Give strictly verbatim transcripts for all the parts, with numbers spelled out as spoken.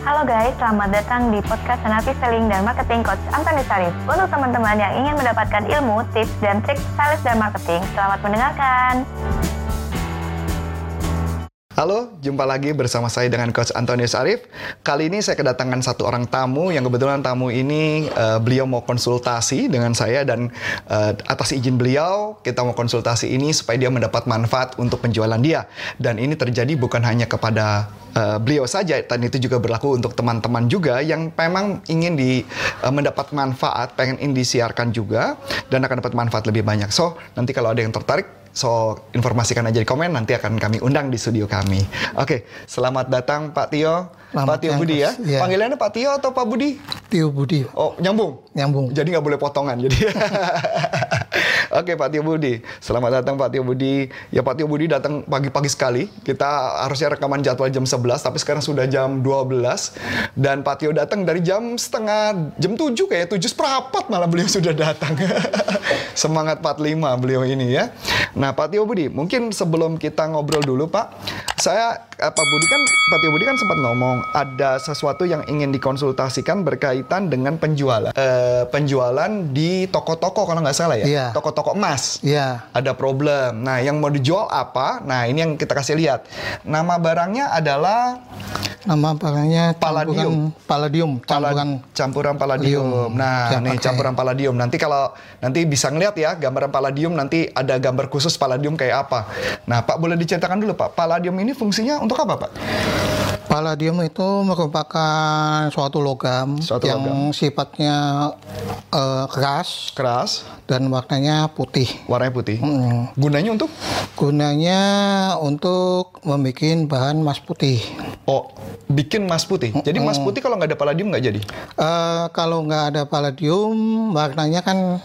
Halo guys, selamat datang di podcast Senapi Selling dan Marketing Coach Antoni Sarif. Untuk teman-teman yang ingin mendapatkan ilmu, tips, dan trik sales dan marketing, selamat mendengarkan. Halo, jumpa lagi bersama saya dengan Coach Antoni Sarif. Kali ini saya kedatangan satu orang tamu yang kebetulan tamu ini uh, beliau mau konsultasi dengan saya dan uh, atas izin beliau kita mau konsultasi ini supaya dia mendapat manfaat untuk penjualan dia. Dan ini terjadi bukan hanya kepada uh, beliau saja, dan itu juga berlaku untuk teman-teman juga yang memang ingin di uh, mendapat manfaat, pengen ini disiarkan juga dan akan dapat manfaat lebih banyak. So, nanti kalau ada yang tertarik, so, informasikan aja di komen, nanti akan kami undang di studio kami. Oke, selamat datang Pak Tio. Selamat Pak Tio Budi ya? ya. Panggilannya Pak Tio atau Pak Budi? Tio Budi. Oh, nyambung? Nyambung. Jadi nggak boleh potongan, jadi. Oke, Pak Tio Budi. Selamat datang Pak Tio Budi. Ya, Pak Tio Budi datang pagi-pagi sekali. Kita harusnya rekaman jadwal jam sebelas, tapi sekarang sudah jam dua belas. Dan Pak Tio datang dari jam setengah, jam tujuh kayak, tujuh seperempat malah beliau sudah datang. Semangat empat puluh lima beliau ini ya. Nah, Pak Tio Budi, mungkin sebelum kita ngobrol dulu, Pak, saya, Pak Budi kan, Pak Tio Budi kan sempat ngomong ada sesuatu yang ingin dikonsultasikan berkaitan dengan penjualan, e, penjualan di toko-toko kalau nggak salah ya, yeah. toko-toko emas. Yeah. Ada problem. Nah, yang mau dijual apa? Nah, ini yang kita kasih lihat. Nama barangnya adalah Nama barangnya palladium. Palladium, campuran campuran palladium. Nah, Siap nih pakai. campuran palladium. Nanti kalau nanti bisa ngeliat ya gambaran palladium, nanti ada gambar khusus palladium kayak apa. Nah, Pak boleh diceritakan dulu, Pak. Palladium ini fungsinya untuk apa, Pak? Palladium itu merupakan suatu logam Suatu yang logam. sifatnya uh, keras Keras, dan warnanya putih. warnanya putih. Hmm. Gunanya untuk? Gunanya untuk membuat bahan emas putih. Oh, bikin emas putih. Jadi emas putih kalau nggak ada palladium nggak jadi? Uh, kalau nggak ada palladium, warnanya kan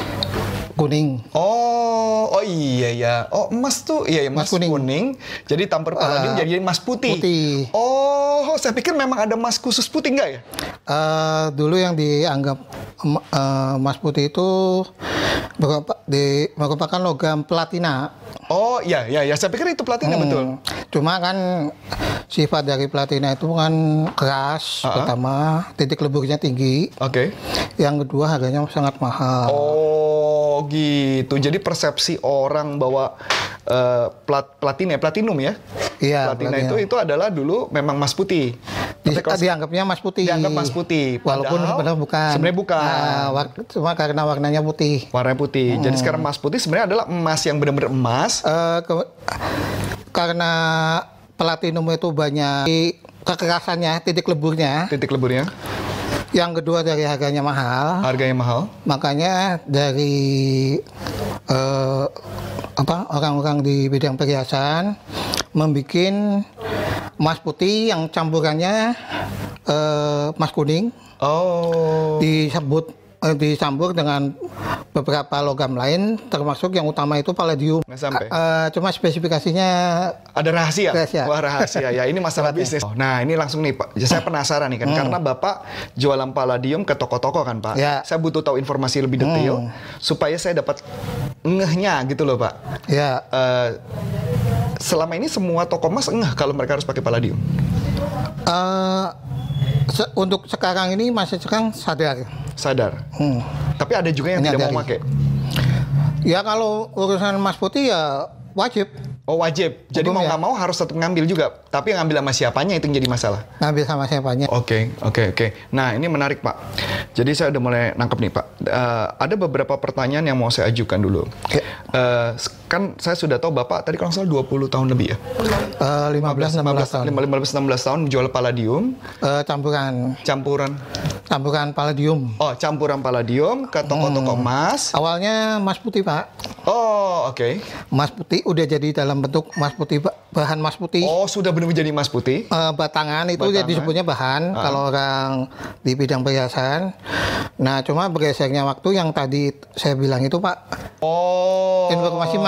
kuning. Oh, oh iya ya. Oh, emas tuh iya ya, emas, Emas kuning. kuning. Jadi tampar palladium Uh, jadi emas putih. putih. Oh, saya pikir memang ada emas khusus putih nggak ya? Uh, dulu yang dianggap em- uh, emas putih itu berupa- di- merupakan logam platina. Oh, iya iya ya. Saya pikir itu platina Hmm. betul. Cuma kan sifat dari platina itu kan keras, Uh-uh. pertama titik leburnya tinggi, Oke. yang kedua harganya sangat mahal. Oh, gitu. Jadi persepsi orang bahwa uh, plat platina, platinum ya? Iya, Platina platina. itu itu adalah dulu memang emas putih. Di- Tapi kalau dianggapnya emas putih. dianggap emas putih, Walaupun padahal sebenarnya bukan. sebenarnya bukan. Nah, war- cuma karena warnanya putih. warna putih. Jadi sekarang emas putih sebenarnya adalah emas yang benar-benar emas. Eh, ke- karena platinum itu banyak kekerasannya, titik leburnya. Titik leburnya, Yang kedua dari harganya mahal. harganya mahal. Makanya dari eh, apa orang-orang di bidang perhiasan membuat emas putih yang campurannya eh, emas kuning Oh. disebut eh, dicampur dengan beberapa logam lain, termasuk yang utama itu palladium. Nggak sampai. Eh, cuma spesifikasinya Ada rahasia? Rahasia. Wah, rahasia ya. Ini masalah bisnis. Nah, ini langsung nih, Pak. Saya penasaran nih kan, karena Bapak jualan palladium ke toko-toko kan, Pak. Ya. Saya butuh tahu informasi lebih detail supaya saya dapat ngehnya gitu loh, Pak. ya Eh, selama ini semua toko emas ngeh kalau mereka harus pakai palladium. eh, se- untuk sekarang ini masih sekarang sadar. Sadar. Hmm. Tapi ada juga yang tidak mau Menyadari. pakai. Ya kalau urusan emas putih ya wajib Oh, wajib. Jadi Hukum mau ya. nggak mau harus tetap ngambil juga. Tapi yang ngambil sama siapanya itu yang jadi masalah. ngambil sama siapanya. Oke, oke, oke. Nah, ini menarik, Pak. Jadi saya udah mulai nangkep nih, Pak. Eh, ada beberapa pertanyaan yang mau saya ajukan dulu. Ya. Eh, kan saya sudah tahu Bapak tadi kalau nggak salah dua puluh tahun lebih ya? Eh, lima belas enam belas tahun. lima belas enam belas tahun jual palladium, Eh, campuran campuran. campuran palladium. Oh, campuran palladium ke toko-toko emas. Awalnya emas putih, Pak. Oh, oke. Emas putih udah jadi dalam bentuk emas putih, Pak. Bahan emas putih. Oh, sudah benar-benar jadi emas putih. Eh, batangan itu Batangan. jadi disebutnya bahan Ah. kalau orang di bidang perhiasan. Nah, cuma bergesernya waktu yang tadi saya bilang itu, Pak. Oh. Informasi makin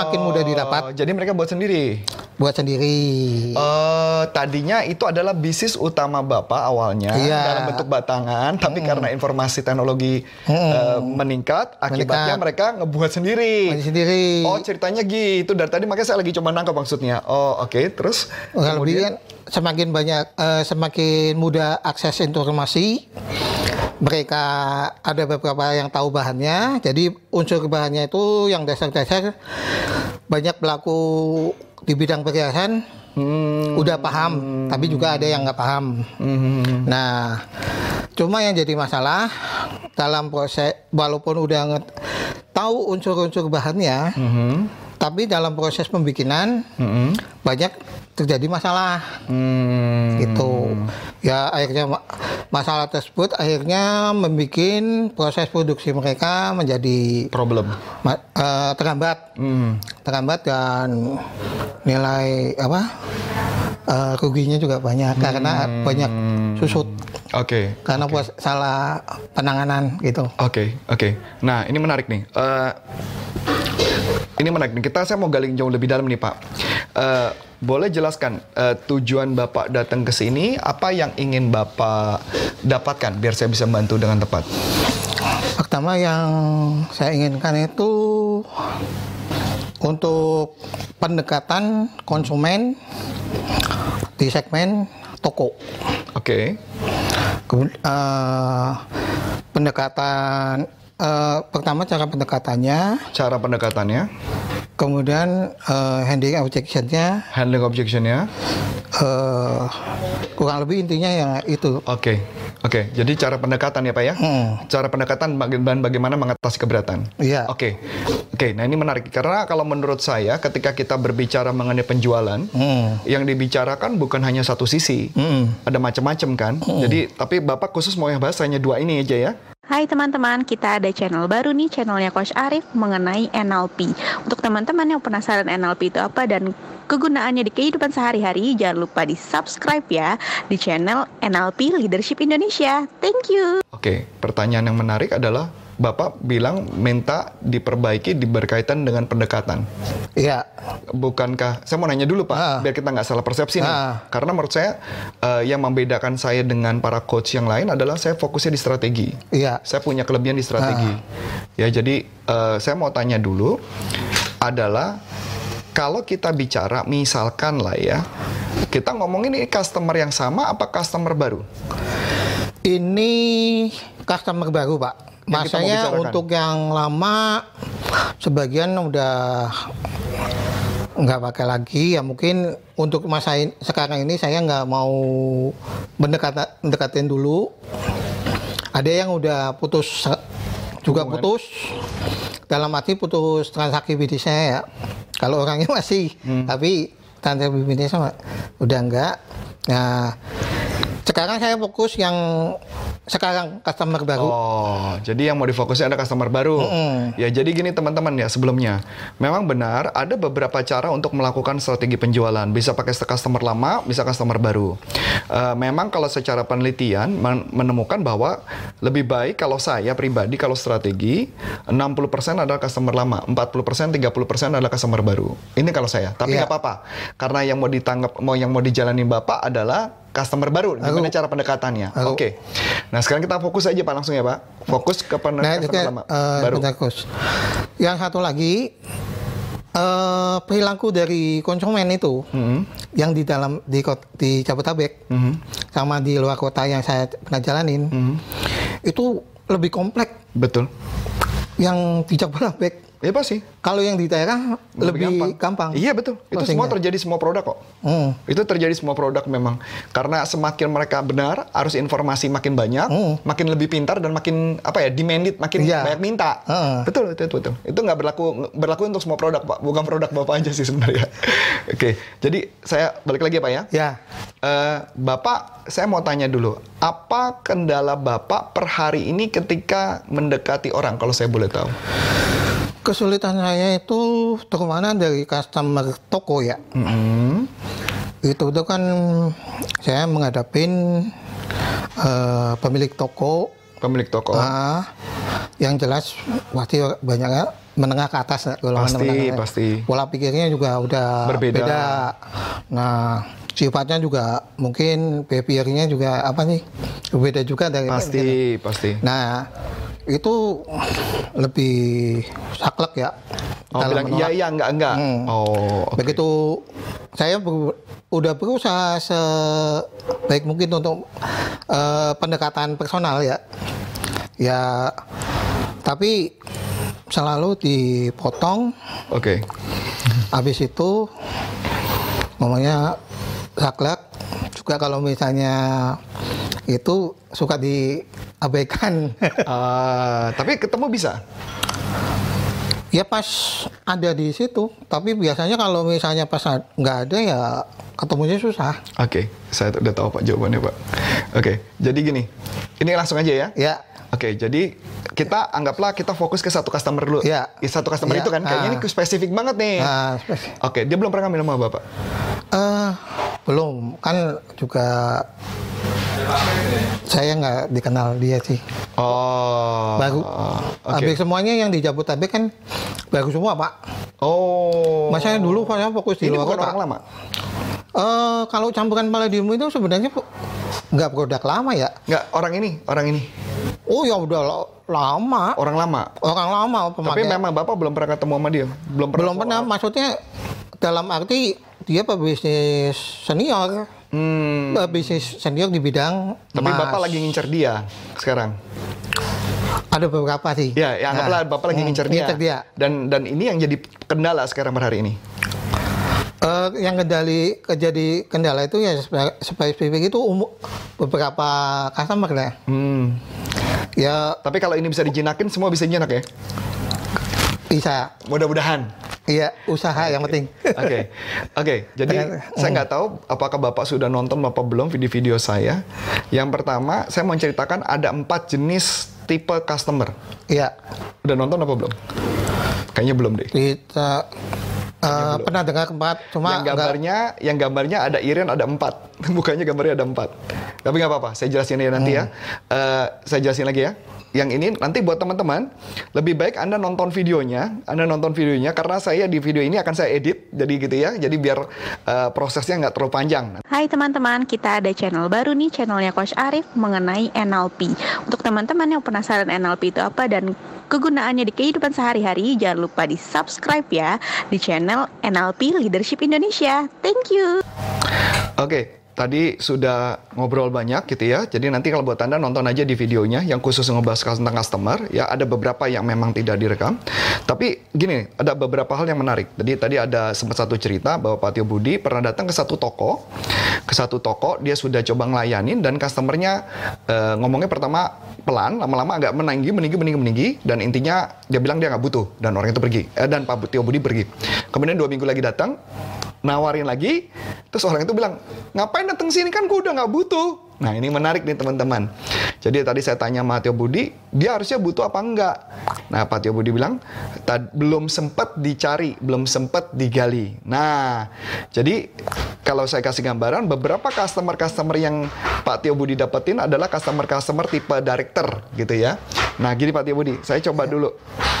semakin mudah didapat. Jadi mereka buat sendiri? Buat sendiri. Uh, tadinya itu adalah bisnis utama Bapak awalnya iya. dalam bentuk batangan, tapi mm. karena informasi teknologi mm. uh, meningkat, akibatnya meningkat. Mereka ngebuat sendiri. Buat sendiri. Oh, ceritanya gitu. Dari tadi makanya saya lagi coba nangkep maksudnya. Oh, oke. Okay. Terus kalau kemudian semakin banyak, uh, semakin mudah akses informasi. Mereka ada beberapa yang tahu bahannya, jadi unsur bahannya itu yang dasar-dasar banyak pelaku di bidang perhiasan hmm. udah paham, tapi juga ada yang nggak paham. Hmm. Nah, cuma yang jadi masalah dalam proses, walaupun udah tahu unsur-unsur bahannya, hmm. tapi dalam proses pembikinan hmm. banyak terjadi masalah, hmm. gitu. Ya akhirnya masalah tersebut akhirnya membuat proses produksi mereka menjadi problem, ma- uh, terhambat, hmm. terhambat dan nilai apa uh, ruginya juga banyak hmm. karena banyak susut. Oke. Okay. Karena okay. Puas, salah penanganan gitu. Oke, okay. oke. Okay. Nah ini menarik nih. Uh, ini menarik nih. Kita saya mau gali jauh lebih dalam nih Pak. Uh, Boleh jelaskan uh, tujuan Bapak datang ke sini, apa yang ingin Bapak dapatkan biar saya bisa bantu dengan tepat? Pertama yang saya inginkan itu untuk pendekatan konsumen di segmen toko. Oke. Okay. Uh, pendekatan uh, pertama cara pendekatannya. Cara pendekatannya. Kemudian uh, handling objection-nya. Handling objection-nya. Uh, kurang lebih intinya ya itu. Oke, okay. oke. Okay. Jadi cara pendekatan ya Pak ya. Hmm. Cara pendekatan dan bagaimana mengatasi keberatan. Iya. Oke, okay. oke. Okay. Nah ini menarik karena kalau menurut saya ketika kita berbicara mengenai penjualan, hmm. yang dibicarakan bukan hanya satu sisi, hmm. ada macam-macam kan. Hmm. Jadi tapi Bapak khusus mau yang bahas hanya dua ini aja ya. Hai teman-teman, kita ada channel baru nih, channelnya Coach Arif mengenai N L P. Untuk teman-teman yang penasaran N L P itu apa dan kegunaannya di kehidupan sehari-hari, jangan lupa di subscribe ya di channel N L P Leadership Indonesia. Thank you. Oke, pertanyaan yang menarik adalah Bapak bilang minta diperbaiki berkaitan dengan pendekatan. Iya. Bukankah, saya mau nanya dulu Pak, ah. biar kita nggak salah persepsi nih. Ah. Karena menurut saya uh, yang membedakan saya dengan para coach yang lain adalah saya fokusnya di strategi. Iya. Saya punya kelebihan di strategi. Ah. Ya, jadi uh, saya mau tanya dulu adalah kalau kita bicara misalkan lah ya, kita ngomongin ini customer yang sama apa customer baru? Ini customer baru Pak. Masanya untuk yang lama sebagian udah nggak pakai lagi ya, mungkin untuk masa ini, sekarang ini saya nggak mau mendekat mendekatin dulu. Ada yang udah putus juga hubungan. Putus dalam arti putus transaksi bisnisnya ya. Kalau orangnya masih hmm. tapi transaksi bisnisnya udah enggak. Nah sekarang saya fokus yang sekarang customer baru. Oh, jadi yang mau difokusnya ada customer baru. Mm-hmm. Ya, jadi gini teman-teman ya sebelumnya. Memang benar ada beberapa cara untuk melakukan strategi penjualan. Bisa pakai customer lama, bisa customer baru. Uh, memang kalau secara penelitian men- menemukan bahwa lebih baik kalau saya pribadi kalau strategi enam puluh persen adalah customer lama, empat puluh persen, tiga puluh persen adalah customer baru. Ini kalau saya. Tapi nggak yeah. apa-apa. Karena yang mau ditanggap, mau yang mau dijalanin Bapak adalah customer baru. Gimana Aku. cara pendekatannya? Oke. Okay. Nah, sekarang kita fokus aja Pak langsung ya Pak. Fokus ke pendekatan nah, lama uh, baru. Fokus. Yang satu lagi uh, perilaku dari konsumen itu mm-hmm. yang di dalam di di Jabodetabek mm-hmm. sama di luar kota yang saya pernah jalanin mm-hmm. itu lebih kompleks. Betul. Yang di Jabodetabek ya pasti. Kalau yang di daerah lebih, lebih gampang. gampang. Iya betul. Itu Closingnya. Semua terjadi semua produk kok. Hmm. Itu terjadi semua produk memang. Karena semakin mereka benar, arus informasi makin banyak, hmm. makin lebih pintar dan makin apa ya demanded, makin iya. banyak minta. Hmm. Betul, betul, betul. Itu nggak berlaku berlaku untuk semua produk Pak. Bukan produk Bapak aja sih sebenarnya. Oke. Jadi saya balik lagi ya Pak ya. Ya. Uh, Bapak, saya mau tanya dulu. Apa kendala Bapak per hari ini ketika mendekati orang? Kalau saya boleh tahu. Kesulitan saya itu terutama dari customer toko ya. Mm-hmm. Itu itu kan saya menghadapin uh, pemilik toko. Pemilik toko. Uh, yang jelas pasti banyak menengah ke atas, golongan Pasti, menengah. pasti. Pola pikirnya juga udah Berbeda. beda. Nah, sifatnya juga mungkin behaviornya juga apa nih? Berbeda juga dari Pasti, gitu. pasti. Nah, itu lebih saklek ya. Oh, dalam bilang menolak. iya iya enggak enggak. Hmm. Oh, oke. Begitu saya ber- udah berusaha sebaik mungkin untuk eh, pendekatan personal ya. Ya, tapi selalu dipotong. Oke. Habis itu ngomongnya saklek. Juga kalau misalnya itu suka diabaikan. Ah, tapi ketemu bisa. Ya pas ada di situ, tapi biasanya kalau misalnya pas ad- nggak ada ya ketemunya susah. Oke, saya udah tahu Pak jawabannya Pak. Oke, jadi gini, ini langsung aja ya. Ya, Oke, jadi kita anggaplah kita fokus ke satu customer dulu. Iya. Ya, satu customer Iya, itu kan kayaknya ah. ini spesifik banget nih. nah, spes- Oke, dia belum pernah ngambil sama Bapak. eh belum kan juga saya nggak dikenal dia sih. Oh. Baru. Oke. Habis semuanya yang di Jabodetabek kan baru semua Pak. Oh. Masanya dulu saya fokus di Ini luar bukan kota. orang lama. Eh kalau campuran palladium itu sebenarnya pu- nggak produk lama ya. Nggak, orang ini, orang ini. Oh ya udah la- lama. Orang lama. Orang lama Tapi pemakai. memang Bapak belum pernah ketemu sama dia. Belum pernah. Belum pernah. Maksudnya dalam arti dia pebisnis senior. Hmm. Bisnis senior di bidang Tapi emas. Bapak lagi ngincer dia sekarang. Ada beberapa sih. Ya, ya anggaplah Nah, Bapak lagi hmm, ngincer dia. ngincer dia. Dan dan ini yang jadi kendala sekarang per hari ini. Eh, yang kendali jadi kendala itu ya spesifik itu umum beberapa customer lah. Hmm. Ya Tapi kalau ini bisa dijinakin, semua bisa jinak ya. bisa. Mudah-mudahan. Iya usaha yang penting. Oke, oke. Jadi Dengan- saya nggak tahu apakah Bapak sudah nonton apa belum video-video saya. Yang pertama, saya mau ceritakan ada empat jenis tipe customer. Iya. Udah nonton apa belum? Kayaknya belum deh. Kita eh, pernah dengar empat, cuma yang gambarnya, yang gambarnya ada Iren ada empat. Bukannya gambarnya ada empat. Tapi nggak apa-apa, saya jelasin ya nanti ya. Eh, saya jelasin lagi ya. Yang ini nanti buat teman-teman, lebih baik Anda nonton videonya, Anda nonton videonya karena saya di video ini akan saya edit, jadi gitu ya. Jadi biar eh, prosesnya nggak terlalu panjang. Hai teman-teman, kita ada channel baru nih, channelnya Coach Arif mengenai N L P. Untuk teman-teman yang penasaran N L P itu apa dan kegunaannya di kehidupan sehari-hari, jangan lupa di subscribe ya di channel N L P Leadership Indonesia. Thank you. Oke. Tadi sudah ngobrol banyak gitu ya. Jadi nanti kalau buat Anda nonton aja di videonya yang khusus ngebahas tentang customer. Ya ada beberapa yang memang tidak direkam. Tapi gini, ada beberapa hal yang menarik. Jadi tadi ada sempat satu cerita bahwa Pak Tio Budi pernah datang ke satu toko. Ke satu toko, dia sudah coba ngelayanin dan customernya eh, ngomongnya pertama pelan, lama-lama agak meninggi, meninggi, meninggi, meninggi. Dan intinya dia bilang dia nggak butuh. Dan orang itu pergi. Eh, dan Pak Tio Budi pergi. Kemudian dua minggu lagi datang. Nawarin lagi, terus orang itu bilang, ngapain datang sini kan gue udah nggak butuh. Nah ini menarik nih teman-teman. Jadi tadi saya tanya sama Tio Budi, dia harusnya butuh apa enggak? Nah Pak Tio Budi bilang, belum sempat dicari, belum sempat digali. Nah, jadi kalau saya kasih gambaran, beberapa customer-customer yang Pak Tio Budi dapetin adalah customer-customer tipe director gitu ya. Nah gini Pak Tio Budi, saya coba dulu.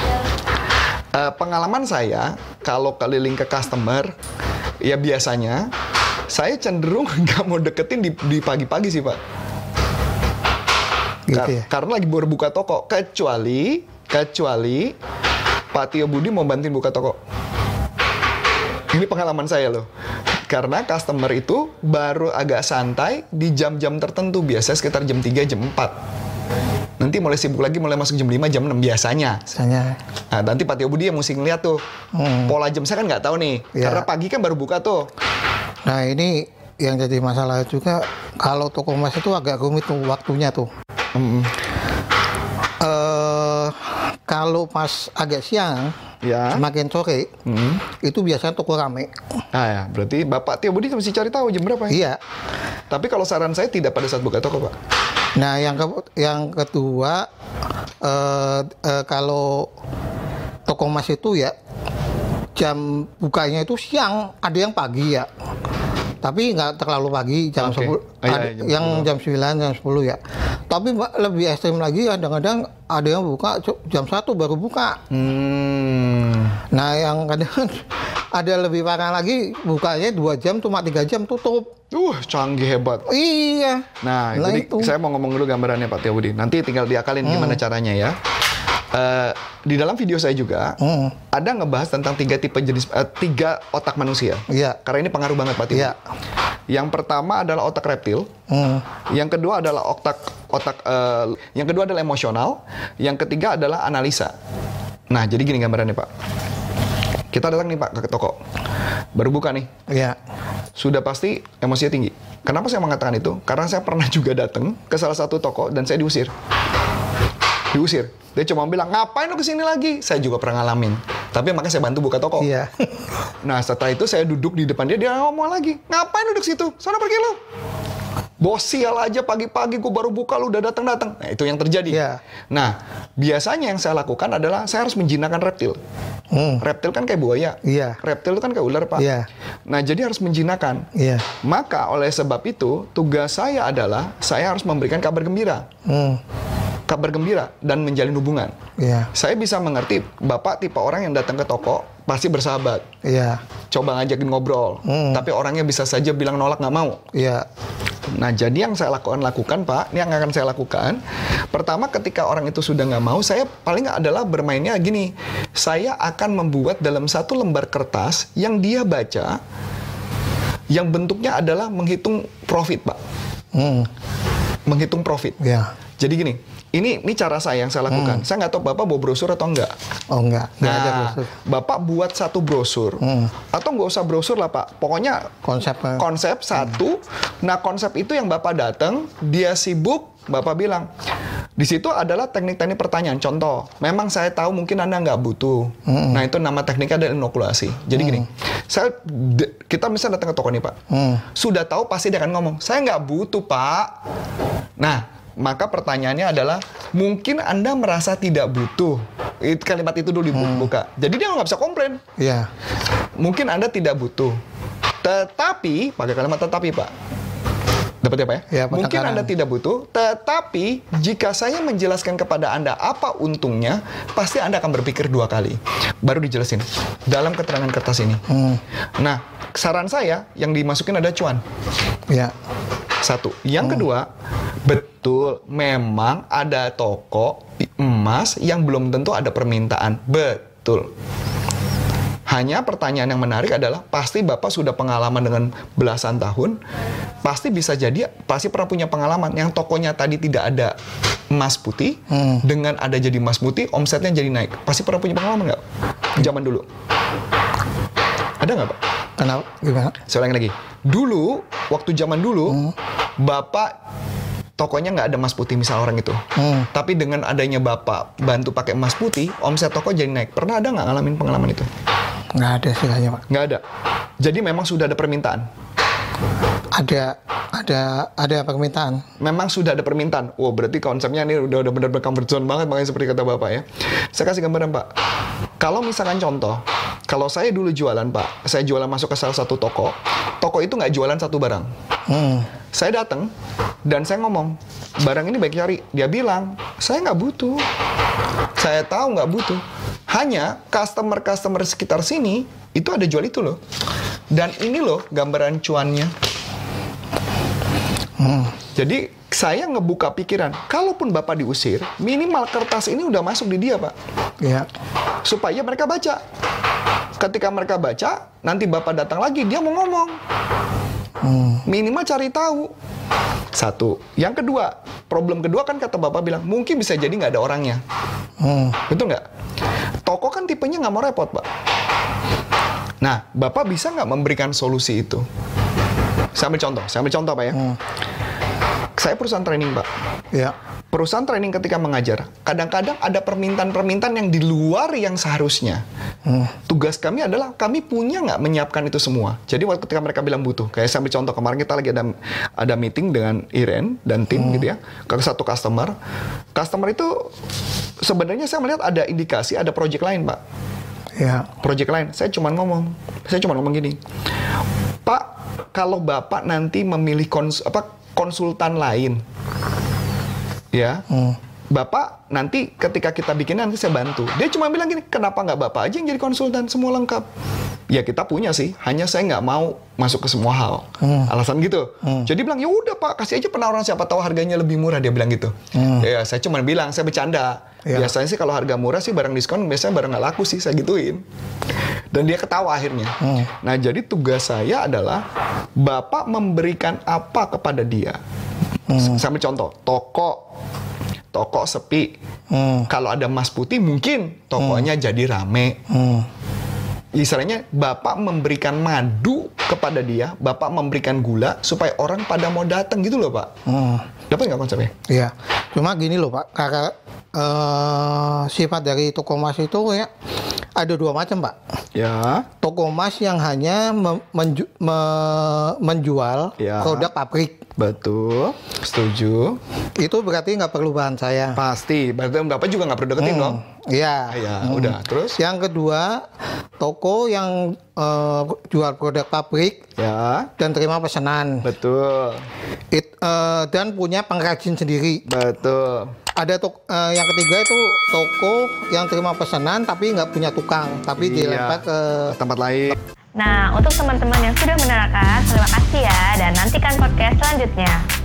Uh, pengalaman saya, kalau keliling ke customer, ya biasanya saya cenderung nggak mau deketin di, di pagi-pagi sih Pak. Gitu Kar- ya? Karena lagi baru buka toko, kecuali kecuali Pak Tio Budi mau bantuin buka toko. Ini pengalaman saya loh. Karena customer itu baru agak santai di jam-jam tertentu, biasanya sekitar jam tiga, jam empat. Nanti mulai sibuk lagi, mulai masuk jam lima, jam enam biasanya. Misalnya. Nah, nanti Pak Tio Budi yang mesti ngeliat tuh. Hmm. Pola jam saya kan nggak tahu nih. Ya. Karena pagi kan baru buka tuh. Nah ini yang jadi masalah juga kalau toko emas itu agak rumit tuh waktunya tuh. Mm-mm. Eh kalau pas agak siang, Ya. semakin sore, Mm. itu biasanya toko rame. Nah ya, berarti Bapak Tio Budi mesti cari tahu jam berapa ya? Iya. Tapi kalau saran saya tidak pada saat buka toko, Pak. Nah yang ke, yang kedua, eh, eh, kalau toko emas itu ya jam bukanya itu siang, ada yang pagi ya. Tapi nggak terlalu pagi, jam Oke. sepuluh, Ah, iya, ada iya, jam yang sepuluh. jam sembilan, jam sepuluh ya. Tapi Mbak, lebih ekstrim lagi kadang-kadang ada yang buka cu- jam satu baru buka. Hmm. Nah yang kadang ada lebih parah lagi, bukanya dua jam, cuma tiga jam tutup. Uh, canggih hebat. Iya. Nah, Nah, jadi itu. saya mau ngomong dulu gambarannya Pak Tio Budi. Nanti tinggal diakalin Hmm. gimana caranya ya. Uh, di dalam video saya juga Hmm. ada ngebahas tentang tiga tipe jenis uh, tiga otak manusia. Iya. Karena ini pengaruh banget Pak Tio. Iya. Yang pertama adalah otak reptil. Hmm. Yang kedua adalah otak otak. Uh, yang kedua adalah emosional. Yang ketiga adalah analisa. Nah, jadi gini gambarannya Pak. Kita datang nih Pak ke toko, baru buka nih. Iya. Sudah pasti emosinya tinggi. Kenapa saya mengatakan itu? Karena saya pernah juga datang ke salah satu toko dan saya diusir. Diusir. Dia cuma bilang, ngapain lu kesini lagi? Saya juga pernah ngalamin. Tapi makanya saya bantu buka toko. Iya. Nah setelah itu saya duduk di depan dia, dia ngomong lagi, ngapain duduk situ? Sana pergi lu. Bos sial aja pagi-pagi gue baru buka lu udah datang-datang. Nah itu yang terjadi. Iya. Nah biasanya yang saya lakukan adalah saya harus menjinakkan reptil. Hmm. Reptil kan kayak buaya. Iya. Reptil itu kan kayak ular Pak. Iya. Nah jadi harus menjinakkan. Iya. Maka oleh sebab itu tugas saya adalah saya harus memberikan kabar gembira. Hmm. Kabar gembira dan menjalin hubungan. Iya. Saya bisa mengerti Bapak tipe orang yang datang ke toko pasti bersahabat. Iya. Coba ngajakin ngobrol. Hmm. Tapi orangnya bisa saja bilang nolak nggak mau. Iya. Nah, jadi yang saya lakukan, lakukan Pak, ini yang akan saya lakukan. Pertama, ketika orang itu sudah nggak mau, saya paling adalah bermainnya gini. Saya akan membuat dalam satu lembar kertas yang dia baca, yang bentuknya adalah menghitung profit, Pak. Hmm. Menghitung profit. Iya. Jadi gini, ini ini cara saya yang saya lakukan. Hmm. Saya nggak tahu Bapak bawa brosur atau enggak. Oh enggak, enggak ada Nah, brosur. Bapak buat satu brosur, Hmm. atau nggak usah brosur lah Pak. Pokoknya Konsep. konsep satu. Nah konsep itu yang Bapak datang, dia sibuk, Bapak bilang. Di situ adalah teknik-teknik pertanyaan. Contoh, memang saya tahu mungkin Anda nggak butuh. Hmm. Nah itu nama tekniknya adalah inokulasi. Jadi gini, saya de- kita misalnya datang ke toko nih Pak. Hmm. Sudah tahu pasti dia akan ngomong, saya nggak butuh Pak. Nah, maka pertanyaannya adalah, mungkin Anda merasa tidak butuh. Itu kalimat itu dulu dibuka. Jadi dia nggak bisa komplain. Iya. Mungkin Anda tidak butuh. Tetapi, pakai kalimat tetapi Pak. Dapat ya Pak ya? Ya, Mungkin penekanan. Anda tidak butuh, tetapi jika saya menjelaskan kepada Anda apa untungnya, pasti Anda akan berpikir dua kali. Baru dijelasin dalam keterangan kertas ini. Hmm. Nah, saran saya yang dimasukin ada cuan. Iya. Satu. Yang kedua, betul memang ada toko emas yang belum tentu ada permintaan. Betul. Hanya pertanyaan yang menarik adalah pasti Bapak sudah pengalaman dengan belasan tahun, pasti bisa jadi pasti pernah punya pengalaman yang tokonya tadi tidak ada emas putih, Hmm. dengan ada jadi emas putih, omsetnya jadi naik. Pasti pernah punya pengalaman nggak? Zaman dulu. Ada nggak Pak? Kenapa? Gimana? Saya ulangi lagi. Dulu, waktu zaman dulu, Hmm. Bapak tokonya nggak ada emas putih misal orang itu. Hmm. Tapi dengan adanya Bapak bantu pakai emas putih, omset toko jadi naik. Pernah ada nggak ngalamin pengalaman itu? Nggak ada sih kayaknya, Pak. Nggak ada. Jadi memang sudah ada permintaan. Ada, ada, ada permintaan. Memang sudah ada permintaan. Wow, berarti konsepnya ini udah udah benar-benar comfort zone banget, makanya seperti kata Bapak ya. Saya kasih gambaran Pak. Kalau misalkan contoh, kalau saya dulu jualan Pak, saya jualan masuk ke salah satu toko. Toko itu nggak jualan satu barang. Hmm. Saya datang dan saya ngomong, barang ini baik cari. Dia bilang, saya nggak butuh. Saya tahu nggak butuh. Hanya customer-customer sekitar sini itu ada jual itu loh. Dan ini loh gambaran cuannya. Hmm. Jadi saya ngebuka pikiran, kalaupun Bapak diusir, minimal kertas ini udah masuk di dia Pak. Iya. Supaya mereka baca. Ketika mereka baca, nanti Bapak datang lagi, dia mau ngomong. Hmm. Minimal cari tahu. Satu. Yang kedua, problem kedua kan kata Bapak bilang, mungkin bisa jadi nggak ada orangnya. Hmm. Betul nggak? Toko kan tipenya nggak mau repot, Pak. Nah, Bapak bisa nggak memberikan solusi itu? Saya ambil contoh, saya ambil contoh Pak ya. Hmm. Saya perusahaan training Pak. Iya. Perusahaan training ketika mengajar, kadang-kadang ada permintaan-permintaan yang di luar yang seharusnya. Hmm. Tugas kami adalah, kami punya nggak menyiapkan itu semua. Jadi waktu ketika mereka bilang butuh, kayak saya ambil contoh, kemarin kita lagi ada ada meeting dengan Iren dan tim Hmm. gitu ya, ke satu customer. Customer itu sebenarnya saya melihat ada indikasi, ada project lain Pak. Iya. Project lain, saya cuma ngomong, saya cuma ngomong gini, Pak, kalau Bapak nanti memilih kons apa konsultan lain, ya, Hmm. Bapak nanti ketika kita bikin nanti saya bantu. Dia cuma bilang gini, kenapa nggak Bapak aja yang jadi konsultan, semua lengkap. Ya kita punya sih, hanya saya nggak mau masuk ke semua hal. Hmm. Alasan gitu. Hmm. Jadi bilang, ya udah Pak, kasih aja penawaran, siapa tahu harganya lebih murah, dia bilang gitu. Hmm. Ya saya cuma bilang, saya bercanda. Ya. Biasanya sih kalau harga murah sih barang diskon, biasanya barang nggak laku sih, saya gituin. Dan dia ketawa akhirnya. Hmm. Nah jadi tugas saya adalah Bapak memberikan apa kepada dia. Hmm. Sambil contoh, toko toko sepi. Hmm. Kalau ada emas putih mungkin tokonya hmm. jadi rame. Hmm. Istilahnya Bapak memberikan madu kepada dia, Bapak memberikan gula supaya orang pada mau datang gitu loh Pak. Hmm. Dapat nggak konsepnya? Iya. Cuma gini loh Pak, karena uh, sifat dari toko emas itu ya ada dua macam Pak. Ya. Toko emas yang hanya me- menju- me- menjual ya. produk pabrik. Betul, setuju. Itu berarti nggak perlu bahan saya. Pasti, berarti Bapak juga nggak perlu deketin hmm. dong? Iya. Iya, hmm. udah. Terus? Yang kedua, toko yang uh, jual produk pabrik ya. dan terima pesanan. Betul. It, uh, dan punya pengrajin sendiri. Betul. Ada toko, uh, yang ketiga itu toko yang terima pesanan tapi nggak punya tukang, tapi iya. dilempar ke tempat lain. Nah, untuk teman-teman yang sudah menerangkan, terima kasih ya, dan nantikan podcast selanjutnya.